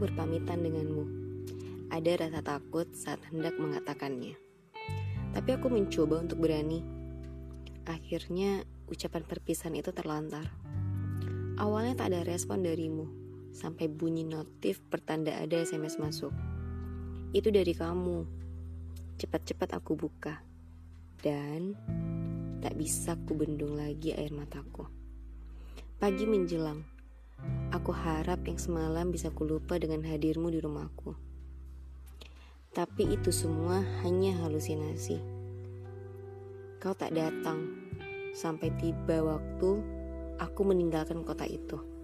berpamitan denganmu. Ada rasa takut saat hendak mengatakannya. Tapi aku mencoba untuk berani. Akhirnya ucapan perpisahan itu terlantar. Awalnya tak ada respon darimu, sampai bunyi notif pertanda ada SMS masuk. Itu dari kamu. Cepat-cepat aku buka. Dan tak bisa ku bendung lagi air mataku. Pagi menjelang. Aku harap yang semalam bisa kulupa dengan hadirmu di rumahku. Tapi itu semua hanya halusinasi. Kau tak datang sampai tiba waktu aku meninggalkan kota itu.